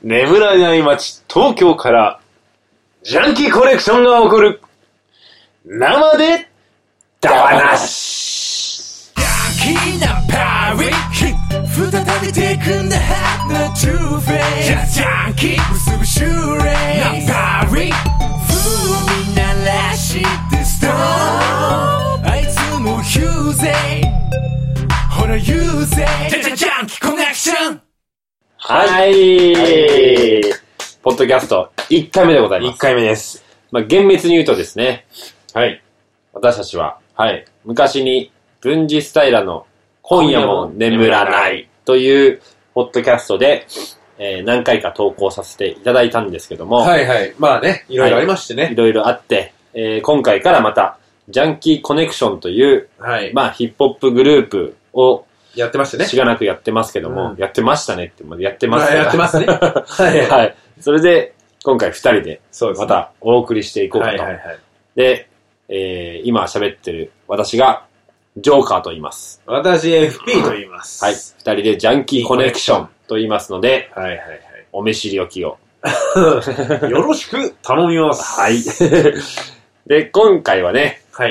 眠らない街、東京から、ジャンキーコレクションが起こる、生で、ダ話。 ジャンキーなパリ再びテイクンダハートなトゥーフェイスジャンキー結ぶシューレイなパリ風味ならしてストーンあいつも言うぜほら言うぜジャンキーコネクションはい。ポッドキャスト1回目でございます。 1回目です。 まあ、厳密に言うとですね。 はい。 私たちは、 はい。 昔に、文治スタイラの今夜も眠らないというポッドキャストで、何回か投稿させていただいたんですけども。 はいはい。まあね、いろいろありましてね。 いろいろあって、今回からまた、ジャンキーコネクションという、 はい。 まあ、ヒップホップグループを、 やってましたね。 しがなくやってますけども、やってましたねって、やってますね。 やってますね。はい。 はい。それで、今回2人で、またお送りしていこうかと。 はいはいはい。 で、今喋ってる私が、ジョーカーと言います。 私 FP と言います。 はい。2人でジャンキーコネクションと言いますので、 はいはいはい。 お召し置きを。 よろしく頼みます。 はい。で、今回はね、 はい。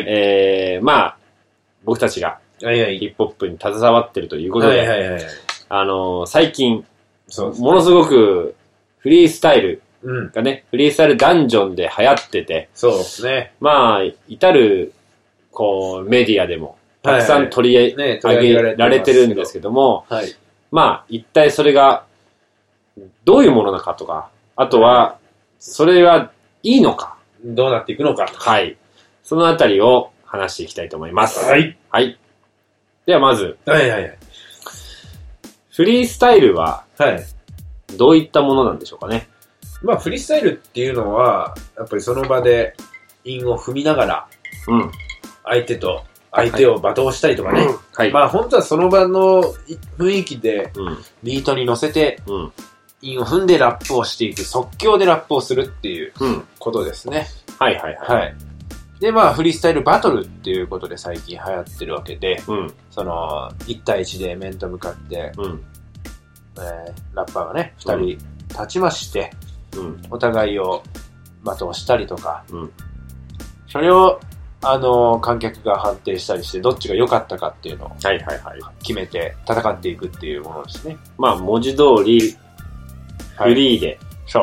まあ、僕たちが、 はいはい。 ヒップホップに携わってるということで、 はいはいはい。 最近、 そうですね。 ものすごくフリースタイルがね、 うん、 フリースタイルダンジョンで流行ってて、 そうですね。 まあ、至る、こう、メディアでも、たくさん取り上げられてるんですけども、 はい。 まあ、一体それが、どういうものなのかとか、あとは、それはいいのか。 どうなっていくのか。 はい。そのあたりを話していきたいと思います。 はい。 はい。ではまず、 はいはいはい。 フリースタイルは、 はい。 どういったものなんでしょうかね。 まあ、フリースタイルっていうのは、やっぱりその場で、韻を踏みながら、 うん。 相手を罵倒したりとかね。 はい。 まあ、本当はその場の雰囲気で、 うん。 ビートに乗せて、 うん。 韻を踏んでラップをしていく、即興でラップをするっていううん。 ことですね。 はいはいはい。 はい。で、まあ、フリースタイルバトルっていうことで最近流行ってるわけで、 うん。 その、1対1で面と向かって、 うん。 ラッパーがね、2人立ちまして、 うん。 お互いを罵倒したりとか、 うん。 それを、観客が判定したりして、どっちが良かったかっていうのをはいはいはい。 決めて戦っていくっていうものですね。 まあ、文字通り、フリーで、 そう。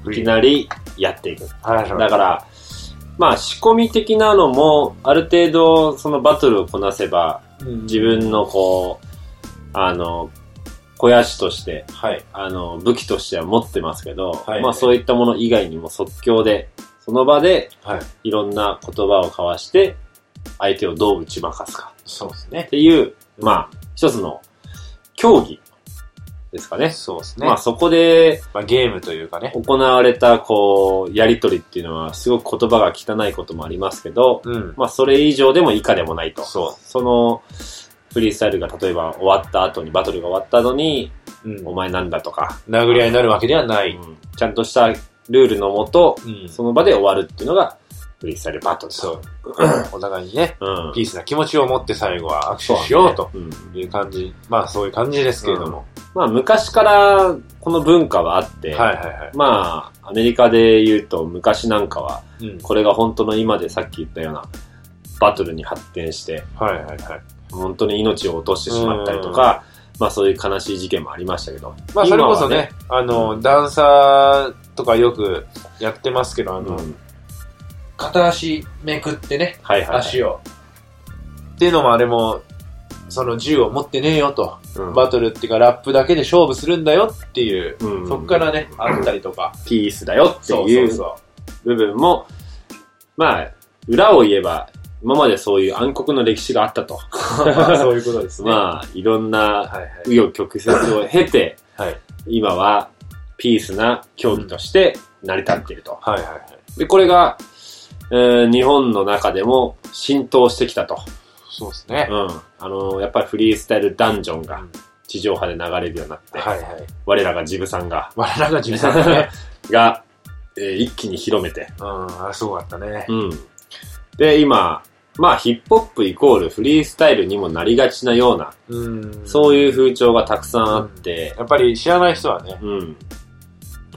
いきなりやっていく。 はい、 だから、まあ仕込み的なのも、ある程度そのバトルをこなせば、自分のこう、肥やしとして、 はい、 武器としては持ってますけど、 はい、 まあそういったもの以外にも即興で、その場で、いろんな言葉を交わして、相手をどう打ち負かすか。 そうですね。 っていう、まあ、一つの競技ですかね。 そうですね。 まあそこで、 まあ、ゲームというかね。 行われた、こう、やりとりっていうのは、すごく言葉が汚いこともありますけど、まあそれ以上でも以下でもないと。その、フリースタイルが例えば終わった後に、バトルが終わった後に、お前なんだとか。 殴り合いになるわけではない。 ちゃんとしたルールのもと、その場で終わるっていうのが、フリースタイルバトル。 そう。お互いにね、ピースな気持ちを持って最後は握手しようという感じ。まあそういう感じですけれども。 まあ昔からこの文化はあって、まあアメリカで言うと昔なんかは、これが本当の今でさっき言ったようなバトルに発展して、本当に命を落としてしまったりとか、まあそういう悲しい事件もありましたけど。 まあそれこそね、ダンサーとかよくやってますけど、片足めくってね、足を。っていうのもあれも、その銃を持ってねえよと、バトルっていうかラップだけで勝負するんだよっていう、そっからね、あったりとか。 ピースだよっていう部分も、まあ、裏を言えば、今までそういう暗黒の歴史があったと。 そういうことですね。 まあ、いろんな紆余曲折を経て、今はピースな競技として成り立っていると。で、これが、日本の中でも浸透してきたと。 そうですね。 やっぱりフリースタイルダンジョンが地上波で流れるようになって、我らがジブさんが、が、一気に広めて。 すごかったね。 で、今、まあヒップホップイコールフリースタイルにもなりがちなような、そういう風潮がたくさんあって、 やっぱり知らない人はね、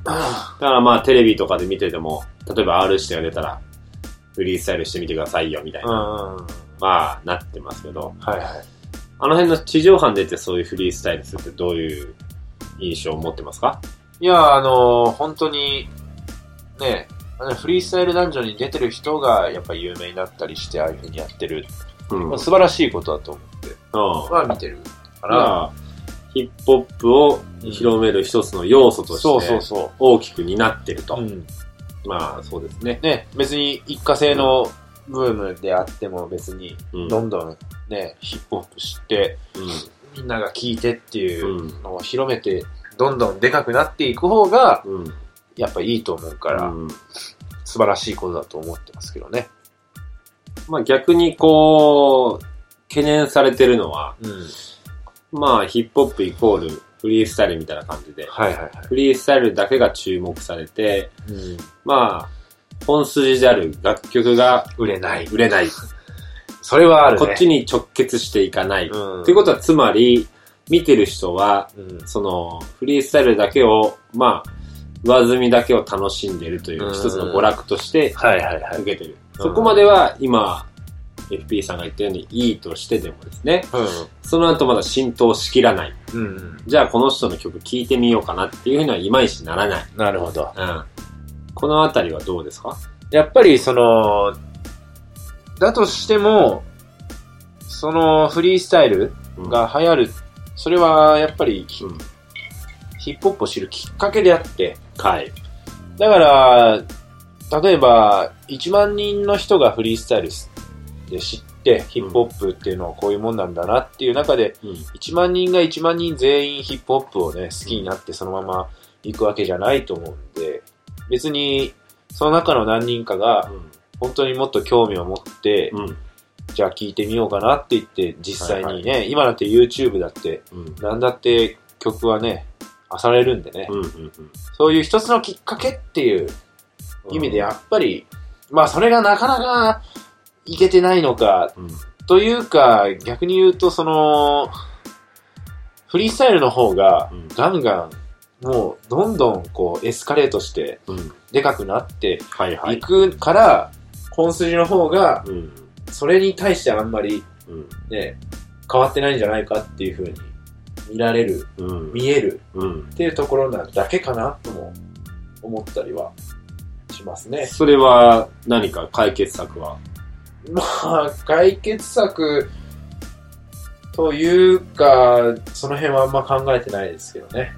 からまあテレビとかで見てても、例えば R 指定が出たら、フリースタイルしてみてくださいよ、みたいな。まあ、なってますけど。はいはい。あの辺の地上波出てそういうフリースタイルするってどういう印象を持ってますか？ いや、本当に、ね、フリースタイルダンジョンに出てる人がやっぱ有名になったりして、ああいう風にやってる。まあ、素晴らしいことだと思って、まあ見てるから。 ヒップホップを広める一つの要素として大きく担ってると。まあそうですね。 ね、別に一過性のブームであっても別にどんどんね、ヒップホップ知って、みんなが聴いてっていうのを広めてどんどんでかくなっていく方がやっぱいいと思うから、素晴らしいことだと思ってますけどね。 まあ逆にこう懸念されてるのは、まあヒップホップイコールフリースタイルみたいな感じで、フリースタイルだけが注目されて、まあ本筋である楽曲が売れない。 それはあるね。 こっちに直結していかない。っていうことはつまり見てる人は、そのフリースタイルだけをまあ上積みだけを楽しんでいるという一つの娯楽として受けてる。そこまでは今。FP さんが言ったようにいいとしてでもですね、その後まだ浸透しきらない、じゃあこの人の曲聴いてみようかなっていうふうにはいまいちならない。 なるほど。 このあたりはどうですか？ やっぱりだとしても、そのフリースタイルが流行る、それはやっぱり、ヒップホップを知るきっかけであって、だから、例えば、1万人の人がフリースタイルで知ってヒップホップっていうのはこういうもんなんだなっていう中で、1万人が1万人全員ヒップホップをね好きになってそのまま行くわけじゃないと思うんで、別にその中の何人かが本当にもっと興味を持って、じゃあ聴いてみようかなって言って実際にね、今だって YouTube だって、なんだって曲はね漁れるんでね、そういう一つのきっかけっていう意味でやっぱり、まあそれがなかなかいけてないのか、というか逆に言うとフリースタイルの方がガンガンもうどんどんこうエスカレートしてでかくなっていくから、本筋の方がそれに対してあんまりね変わってないんじゃないかっていう風に見られる、見えるっていうところなだけかなとも思ったりはしますね。 それは何か解決策は？ まあ、解決策というか、その辺はあんま考えてないですけどね。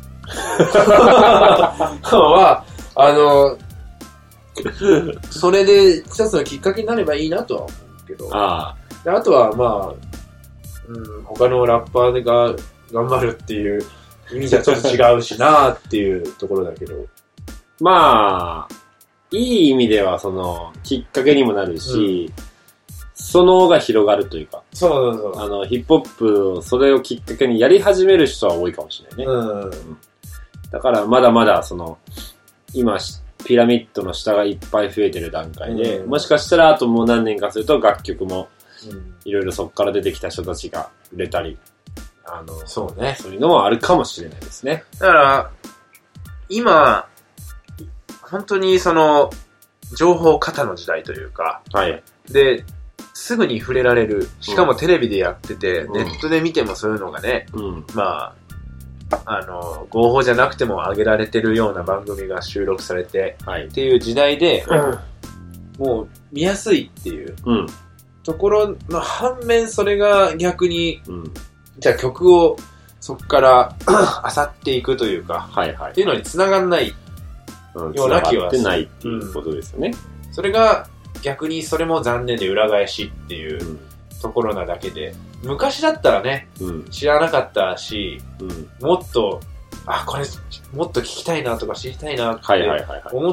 それで一つのきっかけになればいいなとは思うけど。あとはまあ、他のラッパーが頑張るっていう意味じゃちょっと違うしなっていうところだけど。 まあ、いい意味ではきっかけにもなるし、そのが広がるというか。ヒップホップをそれをきっかけにやり始める人は多いかもしれないね。だからまだまだ今ピラミッドの下がいっぱい増えてる段階で、もしかしたらあともう何年かすると楽曲もいろいろそこから出てきた人たちが売れたり、そういうのもあるかもしれないですね。 だから今本当に情報過多の時代というか、ですぐに触れられる。しかもテレビでやってて、ネットで見てもそういうのがね、まあ、合法じゃなくても上げられてるような番組が収録されて、っていう時代で、もう見やすいっていうところの反面、それが逆に、じゃあ曲をそこから漁っていくというか、っていうのに繋がんないような気はする。 繋がってないっていうことですよね。それが、逆にそれも残念で裏返しっていうところなだけで、昔だったらね、知らなかったし、もっと、これもっと聞きたいなとか知りたいなって思って、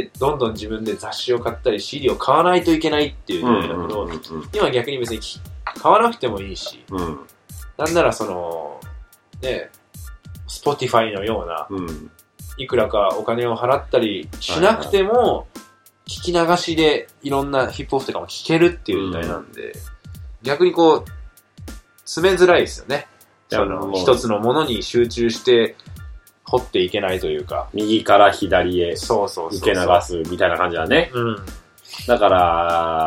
どんどん自分で雑誌を買ったり CD を買わないといけないっていう時代だけど、今逆に別に買わなくてもいいし、なんならね、Spotify のような、いくらかお金を払ったりしなくても、聞き流しでいろんなヒップホップとかも聞けるっていう時代なんで、逆に詰めづらいですよね。一つのものに集中して掘っていけないというか。 右から左へ受け流すみたいな感じだね。だから、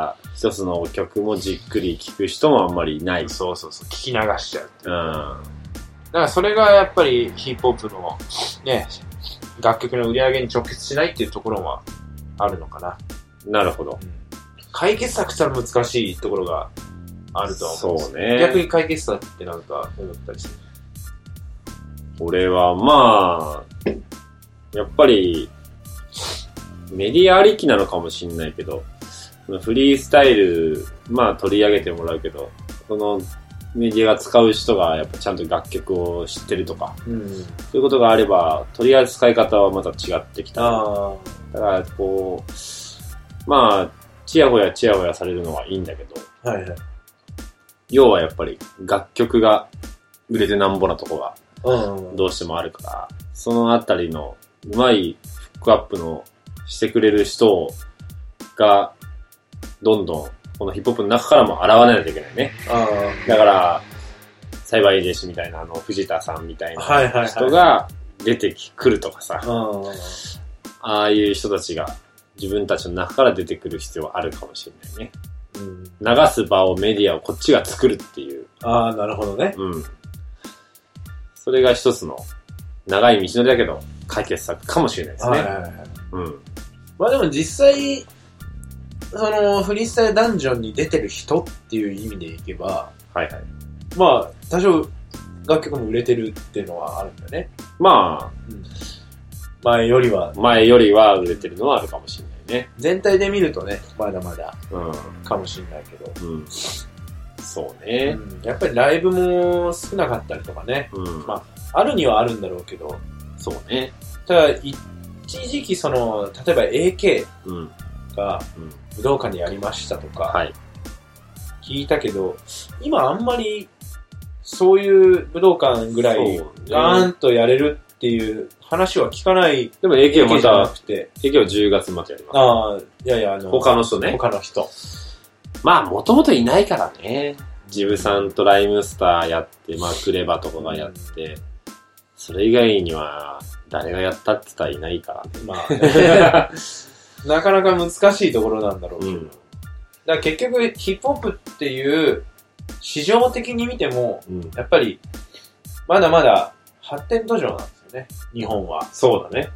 一つの曲もじっくり聴く人もあんまりいない。 聞き流しちゃう。だからそれがやっぱりヒップホップのね、楽曲の売り上げに直結しないっていうところはあるのかな。 なるほど。 解決策したら難しいところがあると思う。 そうね。 逆に解決策ってなんか思ったりする？ 俺はまあ、やっぱりメディアありきなのかもしんないけど、フリースタイル、まあ取り上げてもらうけど、そのメディアが使う人がやっぱちゃんと楽曲を知ってるとか、そういうことがあれば、取り扱い方はまた違ってきた。だからこう、まあ、ちやほやされるのはいいんだけど、要はやっぱり楽曲が売れてなんぼなとこがどうしてもあるから、そのあたりのうまいフックアップのしてくれる人がどんどんこのヒップホップの中からも現れないといけないね。だから、サイバーエージェンシーみたいな藤田さんみたいな人が出てくるとかさ、ああいう人たちが自分たちの中から出てくる必要はあるかもしれないね。流す場をメディアをこっちが作るっていう。 なるほどね。 それが一つの長い道のりだけど解決策かもしれないですね。 まあでも実際、そのフリースタイルダンジョンに出てる人っていう意味でいけば、まあ多少楽曲も売れてるっていうのはあるんだよね。 まあ、 前よりは売れてるのはあるかもしれないね。 全体で見るとね、まだまだかもしれないけど、 そうね、 やっぱりライブも少なかったりとかね、まああるにはあるんだろうけど、 そうね。 ただ一時期その例えば AK が武道館でやりましたとか聞いたけど、今あんまりそういう武道館ぐらいガーンとやれるっていう話は聞かない。 でも AK はまた AK は10月までやります。 いやいや他の人ね。 他の人。 まあもともといないからね。ジブさんとライムスターやって、まあクレバとかがやって、それ以外には誰がやったって言ったらいないからね。 まあなかなか難しいところなんだろうけど。だから結局ヒップホップっていう市場的に見ても、やっぱりまだまだ発展途上なんですよね、日本は。 そうだね。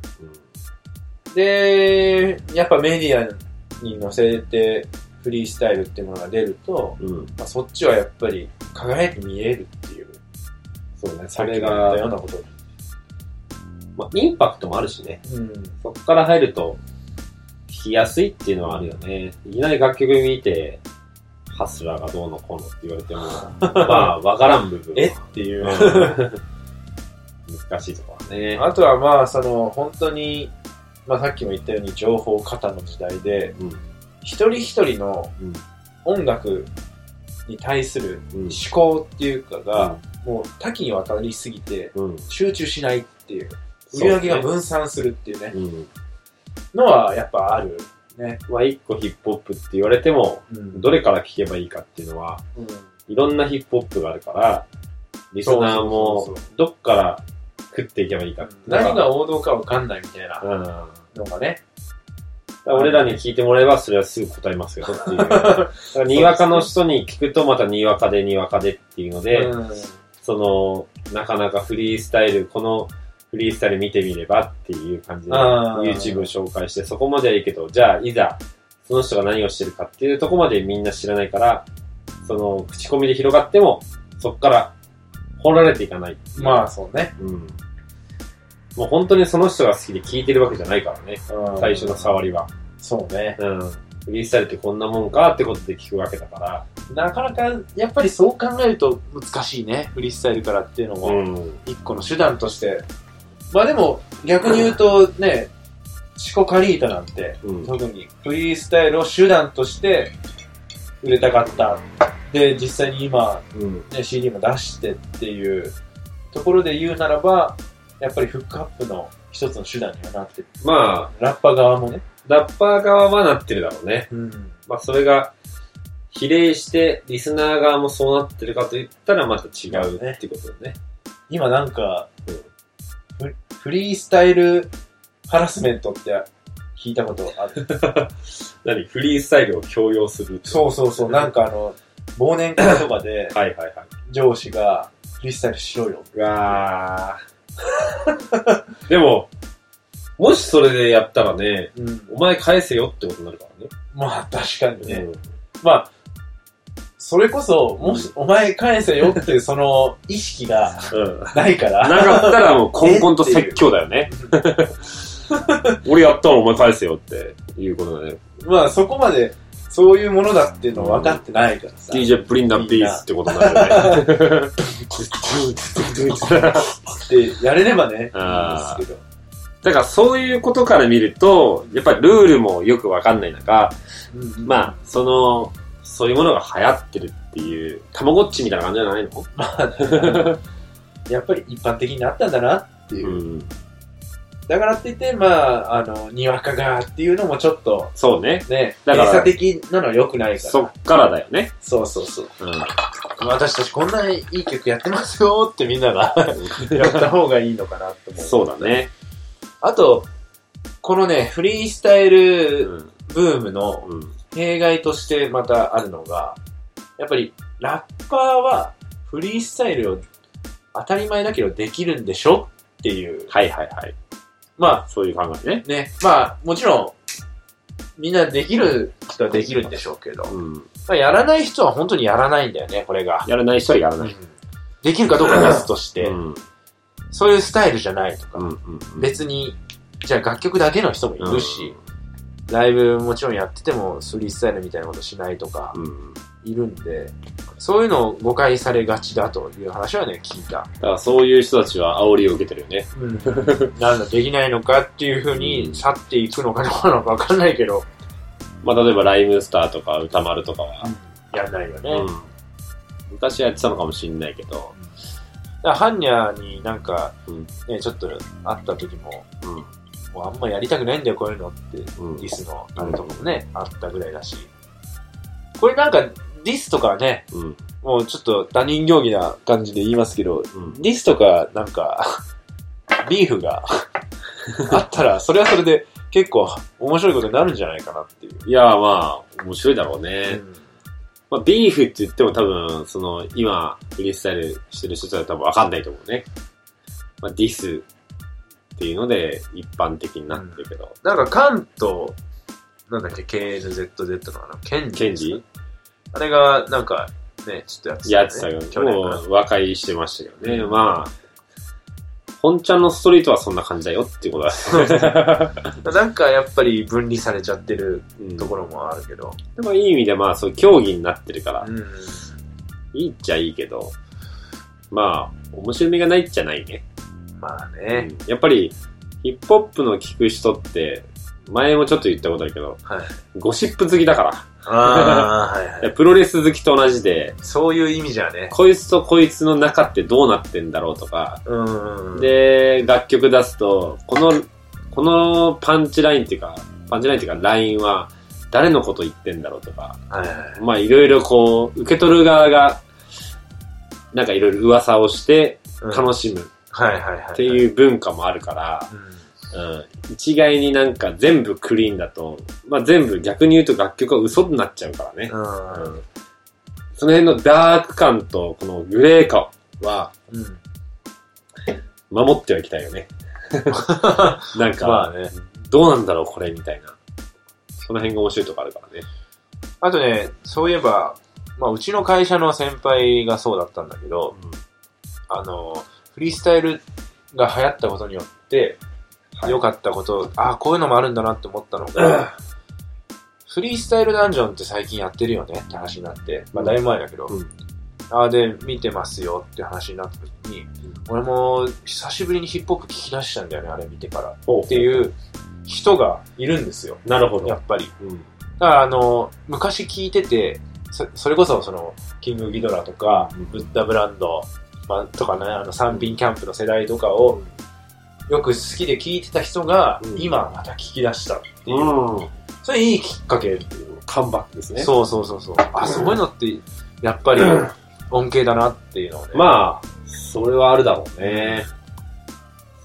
で、やっぱメディアに載せてフリースタイルっていうものが出ると、まあ、そっちはやっぱり輝いて見えるっていう。 そうね、 それが言ったようなこと。 まあ、インパクトもあるしね。そこから入ると、弾きやすいっていうのはあるよね。いきなり楽曲見て、ハスラーがどうのこうのって言われても、まあ、わからん部分。 っていう。 難しいところはね。 あとはまあ、その、本当に、まあさっきも言ったように情報過多の時代で、一人一人の音楽に対する思考っていうかが、もう多岐にわたりすぎて、集中しないっていう、売り上げが分散するっていうね、のはやっぱあるね。 まあ一個ヒップホップって言われても、どれから聴けばいいかっていうのは、いろんなヒップホップがあるから、リスナーもどっから食っていけばいいかって何が王道かわかんないみたいなのがね。 俺らに聞いてもらえばそれはすぐ答えますよっていう。だからにわかの人に聞くとまたにわかでっていうので、その、なかなかフリースタイル、このフリースタイル見てみればっていう感じで YouTube を紹介して、そこまではいいけど、じゃあいざその人が何をしてるかっていうとこまでみんな知らないから、その口コミで広がってもそこから掘られていかない。 まあそうね。 もう本当にその人が好きで聴いてるわけじゃないからね。最初の触りは。 そうね。 フリースタイルってこんなもんかってことで聞くわけだから。 なかなか、やっぱりそう考えると難しいね。フリースタイルからっていうのも、一個の手段として。まあでも、逆に言うとね、チコカリータなんて、特にフリースタイルを手段として売れたかった。で、実際に今、ね、CD も出してっていうところで言うならば、やっぱりフックアップの一つの手段にはなってる。 まあ、 ラッパー側もね。 ラッパー側はなってるだろうね。まあそれが比例してリスナー側もそうなってるかと言ったらまた違うねっていうことだね。 今なんか、 フリースタイルハラスメントって聞いたことある？ 何？フリースタイルを強要する？ そうそうそう。なんか忘年会とかで、 はいはいはい。 上司がフリースタイルしろよ。 うわー。でも、もしそれでやったらね、お前返せよってことになるからね。 まあ確かにね。まあ、それこそ、もし、お前返せよっていうその意識がないから。 なかったらもう根本と説教だよね。俺やったらお前返せよっていうことだね。 まあそこまで、そういうものだっていうの分かってないからさ。 DJ ブリンダービースってことになるよね。 ってやれればね、いいんですけど。 だからそういうことから見ると、やっぱりルールもよく分かんない中、まあ、そういうものが流行ってるっていう、たまごっちみたいな感じじゃないの？まあ、やっぱり一般的になったんだなっていう。だからって言って、まあ、にわかがっていうのもちょっと、 そうね。 ね、閉鎖的なのは良くないから。 そっからだよね。 そうそうそう。私たちこんないい曲やってますよってみんながやった方がいいのかなと思う。 そうだね。 あと、このね、フリースタイルブームの弊害としてまたあるのが、やっぱりラッパーはフリースタイルを当たり前だけどできるんでしょっていう。 はいはいはい。まあ、そういう考えね。 ね。まあ、もちろん、みんなできる人はできるんでしょうけど、まあ、やらない人は本当にやらないんだよね、これが。 やらない人はやらない。 できるかどうか別として、そういうスタイルじゃないとか、別に、じゃあ楽曲だけの人もいるし、ライブもちろんやっててもフリースタイルみたいなことしないとか、いるんで、そういうのを誤解されがちだという話はね、聞いた。だからそういう人たちは煽りを受けてるよね。 なんだ、できないのかっていう風に去っていくのかどうなのかわかんないけど。 まあ例えばライムスターとか歌丸とかは、 やんないよね。 昔やってたのかもしんないけど。だからハンニャになんか、ね、ちょっと会った時も、もうあんまやりたくないんだよ、こういうのって、ディスのあれとかもね、あったぐらいだし。これなんか、ディスとかはね、もうちょっと他人行儀な感じで言いますけど、ディスとかなんか、ビーフがあったら、それはそれで結構面白いことになるんじゃないかなっていう。 いや、まあ、面白いだろうね。まあ、ビーフって言っても多分、今、フリースタイルしてる人たちは多分わかんないと思うね。まあ、ディスっていうので一般的になってるけど。 なんか関東、なんだっけ、KNZZ のケンジあれが、なんか、ね、ちょっとやってたよね。もう和解してましたけどね。まあ、本ちゃんのストリートはそんな感じだよっていうことだ。 なんかやっぱり分離されちゃってるところもあるけど。 でもいい意味でまあ、そう競技になってるから、いいっちゃいいけど、まあ、面白みがないっちゃないね。 まあね。 やっぱり、ヒップホップの聴く人って、前もちょっと言ったことあるけど、ゴシップ好きだから。プロレス好きと同じで、 そういう意味じゃね。 こいつとこいつの中ってどうなってんだろうとか、で、楽曲出すと、このパンチラインっていうか、ラインは誰のこと言ってんだろうとか、まあいろいろこう、受け取る側が、なんかいろいろ噂をして楽しむっていう文化もあるから、一概になんか全部クリーンだと、まあ全部逆に言うと楽曲は嘘になっちゃうからね。その辺のダーク感とこのグレー感は、守ってはいきたいよね。なんか、まあね、どうなんだろうこれみたいな。その辺が面白いとこあるからね。 あとね、そういえば、まあうちの会社の先輩がそうだったんだけど、フリースタイルが流行ったことによって、良かったこと、こういうのもあるんだなって思ったのが、フリースタイルダンジョンって最近やってるよねって話になって、まあだいぶ前だけど、で、見てますよって話になった時に、俺も久しぶりにヒップホップ聞き出したんだよね、あれ見てから。っていう人がいるんですよ。 なるほど。 やっぱり。だから昔聞いてて、それこそキングギドラとか、ブッダブランド、とかね、三品キャンプの世代とかを、よく好きで聴いてた人が、今また聴き出したっていう。それいいきっかけっていう。 カムバックですね。 そう。そういうのって、やっぱり、恩恵だなっていうのをね。 まあ、それはあるだろうね。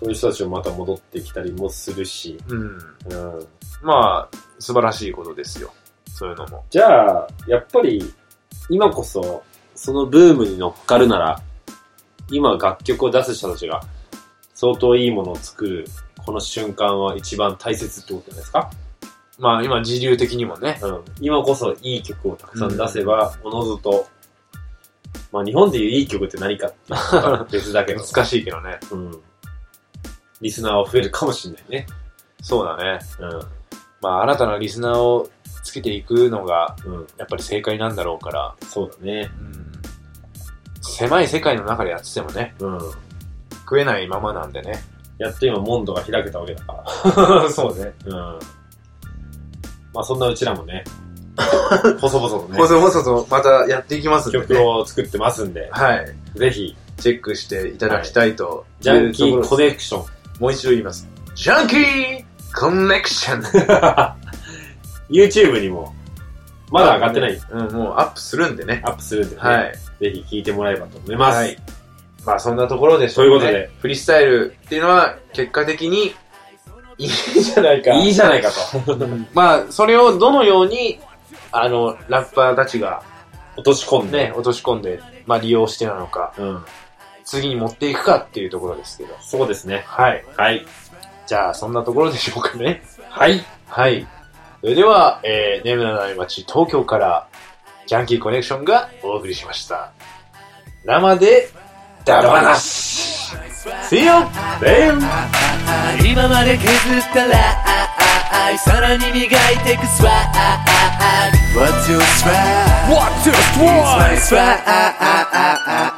そういう人たちもまた戻ってきたりもするし。 まあ、素晴らしいことですよ。そういうのも。 じゃあ、やっぱり、今こそ、そのブームに乗っかるなら、今楽曲を出す人たちが相当いいものを作るこの瞬間は一番大切ってことじゃないですか。 まあ今自流的にもね、 今こそいい曲をたくさん出せば、おのずと、まあ日本でいういい曲って何かっていうのは別だけど難しいけどね、 リスナーは増えるかもしれないね。 そうだね。まあ新たなリスナーをつけていくのがやっぱり正解なんだろうから。 そうだね。 狭い世界の中でやっててもね、食えないままなんでね。 やっと今門戸が開けたわけだから。そうね。 まあそんなうちらもね、細々とね。 細々とまたやっていきますんで、ね。 曲を作ってますんで。 はい。 ぜひ、 チェックしていただきたいと。 ジャンキーコネクション。 もう一度言います。ジャンキーコネクション。 YouTube にも、まだ上がってない。 もうアップするんでね。 はい。ぜひ聴いてもらえばと思います。はい。 まあそんなところでしょうね。ということで。フリースタイルっていうのは結果的にいいじゃないか。 いいじゃないかと。 まあそれをどのように、ラッパーたちが落とし込んで、まあ利用してなのか、次に持っていくかっていうところですけど。 そうですね。 はい。 はい。 じゃあそんなところでしょうかね。 はい。 はい。それでは、眠らない街東京からジャンキーコネクションがお送りしました。生でダラ話 See you! 今まで削ったらさらに磨いてくスワッ What's your swag? What's your swag?